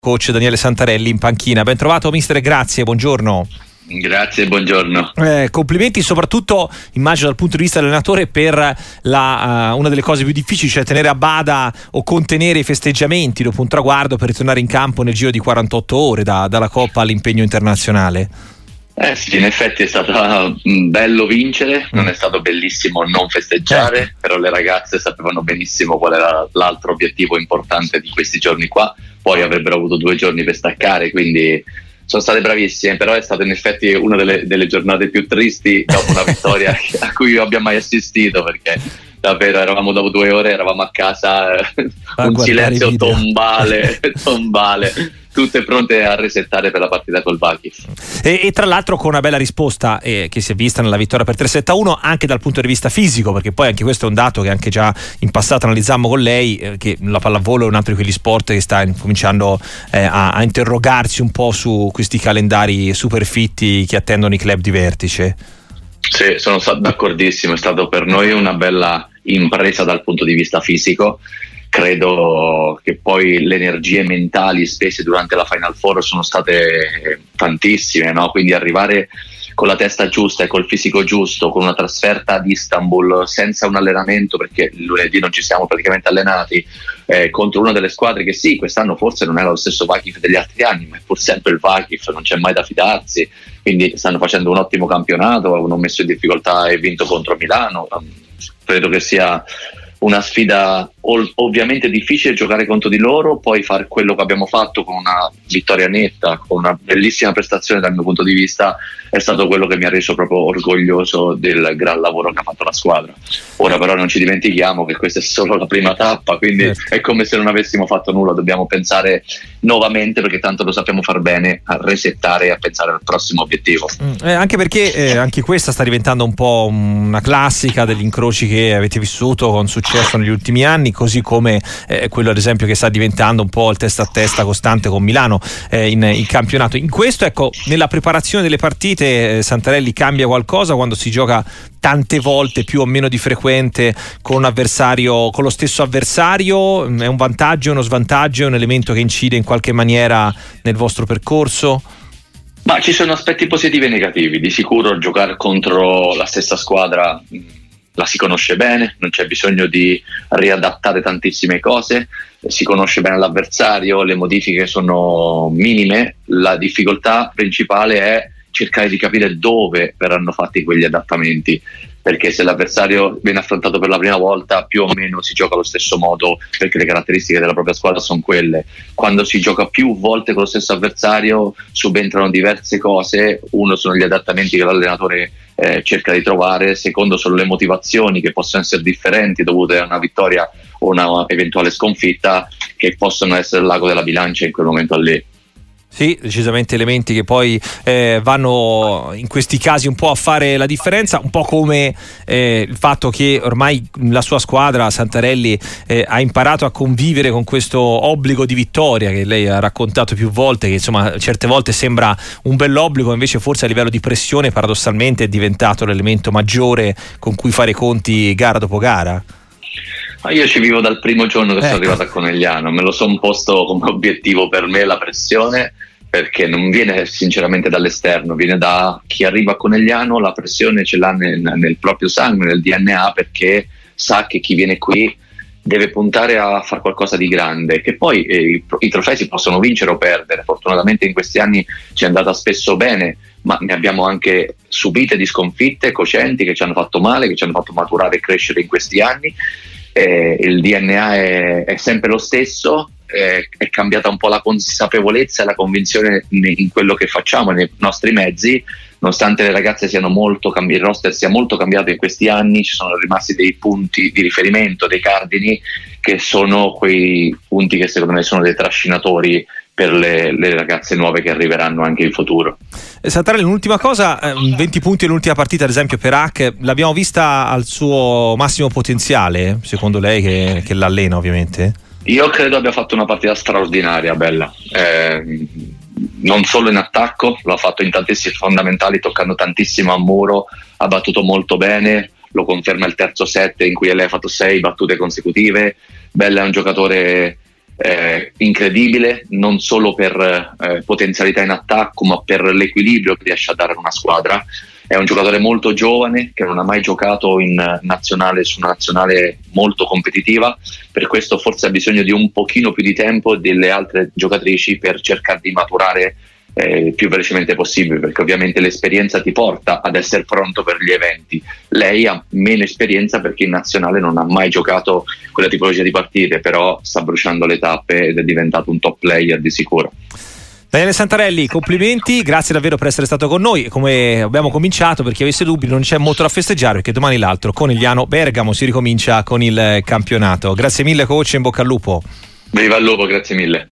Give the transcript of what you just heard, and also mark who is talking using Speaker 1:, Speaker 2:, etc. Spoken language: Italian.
Speaker 1: Coach Daniele Santarelli in panchina. Ben trovato mister e grazie, buongiorno.
Speaker 2: Grazie, buongiorno.
Speaker 1: Complimenti soprattutto, immagino dal punto di vista dell'allenatore, per una delle cose più difficili, cioè tenere a bada o contenere i festeggiamenti dopo un traguardo per ritornare in campo nel giro di 48 ore dalla Coppa all'impegno internazionale.
Speaker 2: Sì, in effetti è stato bello vincere, non è stato bellissimo non festeggiare, però le ragazze sapevano benissimo qual era l'altro obiettivo importante di questi giorni qua. Poi avrebbero avuto 2 giorni per staccare, quindi sono state bravissime, però è stata in effetti una delle giornate più tristi dopo una vittoria a cui io abbia mai assistito, perché davvero eravamo dopo 2 ore, eravamo a casa, un silenzio tombale, tutte pronte a resettare per la partita col Vakif.
Speaker 1: E tra l'altro con una bella risposta che si è vista nella vittoria per 3-7-1 anche dal punto di vista fisico, perché poi anche questo è un dato che anche già in passato analizzammo con lei, che la pallavolo è un altro di quegli sport che sta cominciando a interrogarsi un po' su questi calendari super fitti che attendono i club di vertice.
Speaker 2: Sì, sono stato d'accordissimo, è stato per noi una bella impresa dal punto di vista fisico. Credo che poi le energie mentali spese durante la Final Four sono state tantissime, no? Quindi arrivare con la testa giusta e col fisico giusto, con una trasferta ad Istanbul senza un allenamento, perché il lunedì non ci siamo praticamente allenati, contro una delle squadre che sì, quest'anno forse non era lo stesso Vakif degli altri anni, ma è pur sempre il Vakif, non c'è mai da fidarsi, quindi stanno facendo un ottimo campionato, hanno messo in difficoltà e vinto contro Milano. Credo che sia una sfida ovviamente difficile giocare contro di loro, poi fare quello che abbiamo fatto con una vittoria netta, con una bellissima prestazione dal mio punto di vista, è stato quello che mi ha reso proprio orgoglioso del gran lavoro che ha fatto la squadra. Ora però non ci dimentichiamo che questa è solo la prima tappa, quindi è come se non avessimo fatto nulla, dobbiamo pensare nuovamente, perché tanto lo sappiamo far bene, a resettare e a pensare al prossimo obiettivo.
Speaker 1: Anche perché anche questa sta diventando un po' una classica degli incroci che avete vissuto con successo negli ultimi anni, così come quello ad esempio che sta diventando un po' il testa a testa costante con Milano in campionato. In questo, ecco, nella preparazione delle partite Santarelli cambia qualcosa quando si gioca tante volte più o meno di frequente con un avversario, con lo stesso avversario? È un vantaggio, è uno svantaggio, è un elemento che incide in qualche maniera nel vostro percorso?
Speaker 2: Ma ci sono aspetti positivi e negativi. Di sicuro giocare contro la stessa squadra la si conosce bene, non c'è bisogno di riadattare tantissime cose, si conosce bene l'avversario, le modifiche sono minime, la difficoltà principale è cercare di capire dove verranno fatti quegli adattamenti, perché se l'avversario viene affrontato per la prima volta più o meno si gioca allo stesso modo, perché le caratteristiche della propria squadra sono quelle. Quando si gioca più volte con lo stesso avversario subentrano diverse cose: uno sono gli adattamenti che l'allenatore cerca di trovare, secondo sono le motivazioni che possono essere differenti dovute a una vittoria o una eventuale sconfitta, che possono essere l'ago della bilancia in quel momento lì.
Speaker 1: Sì, decisamente elementi che poi vanno in questi casi un po' a fare la differenza, un po' come il fatto che ormai la sua squadra, Santarelli, ha imparato a convivere con questo obbligo di vittoria che lei ha raccontato più volte, che insomma certe volte sembra un bell'obbligo, invece forse a livello di pressione paradossalmente è diventato l'elemento maggiore con cui fare i conti gara dopo gara.
Speaker 2: Ma io ci vivo dal primo giorno che sono arrivato a Conegliano, me lo sono posto come obiettivo per me la pressione, perché non viene sinceramente dall'esterno, viene da chi arriva a Conegliano, la pressione ce l'ha nel proprio sangue, nel DNA, perché sa che chi viene qui deve puntare a fare qualcosa di grande, che poi i trofei si possono vincere o perdere. Fortunatamente in questi anni ci è andata spesso bene, ma ne abbiamo anche subite di sconfitte cocenti che ci hanno fatto male, che ci hanno fatto maturare e crescere in questi anni. Il DNA è sempre lo stesso, è cambiata un po' la consapevolezza e la convinzione in quello che facciamo, nei nostri mezzi, nonostante le ragazze siano il roster sia molto cambiato in questi anni. Ci sono rimasti dei punti di riferimento, dei cardini, che sono quei punti che secondo me sono dei trascinatori per le ragazze nuove che arriveranno anche in futuro.
Speaker 1: Santarelli, un'ultima cosa, 20 punti nell'ultima partita ad esempio per Hack, l'abbiamo vista al suo massimo potenziale, secondo lei che l'allena ovviamente?
Speaker 2: Io credo abbia fatto una partita straordinaria, bella, non solo in attacco, l'ha fatto in tantissimi fondamentali, toccando tantissimo a muro, ha battuto molto bene, lo conferma il terzo set in cui lei ha fatto 6 battute consecutive. Bella è un giocatore incredibile, non solo per potenzialità in attacco, ma per l'equilibrio che riesce a dare a una squadra. È un giocatore molto giovane che non ha mai giocato in nazionale, su una nazionale molto competitiva, per questo forse ha bisogno di un pochino più di tempo delle altre giocatrici per cercare di maturare più velocemente possibile, perché ovviamente l'esperienza ti porta ad essere pronto per gli eventi. Lei ha meno esperienza perché in nazionale non ha mai giocato quella tipologia di partite, però sta bruciando le tappe ed è diventato un top player di sicuro.
Speaker 1: Daniele Santarelli, complimenti, grazie davvero per essere stato con noi. Come abbiamo cominciato, per chi avesse dubbi non c'è molto da festeggiare, perché domani l'altro Conegliano Bergamo si ricomincia con il campionato. Grazie mille coach, in bocca al lupo.
Speaker 2: Viva il lupo, grazie mille.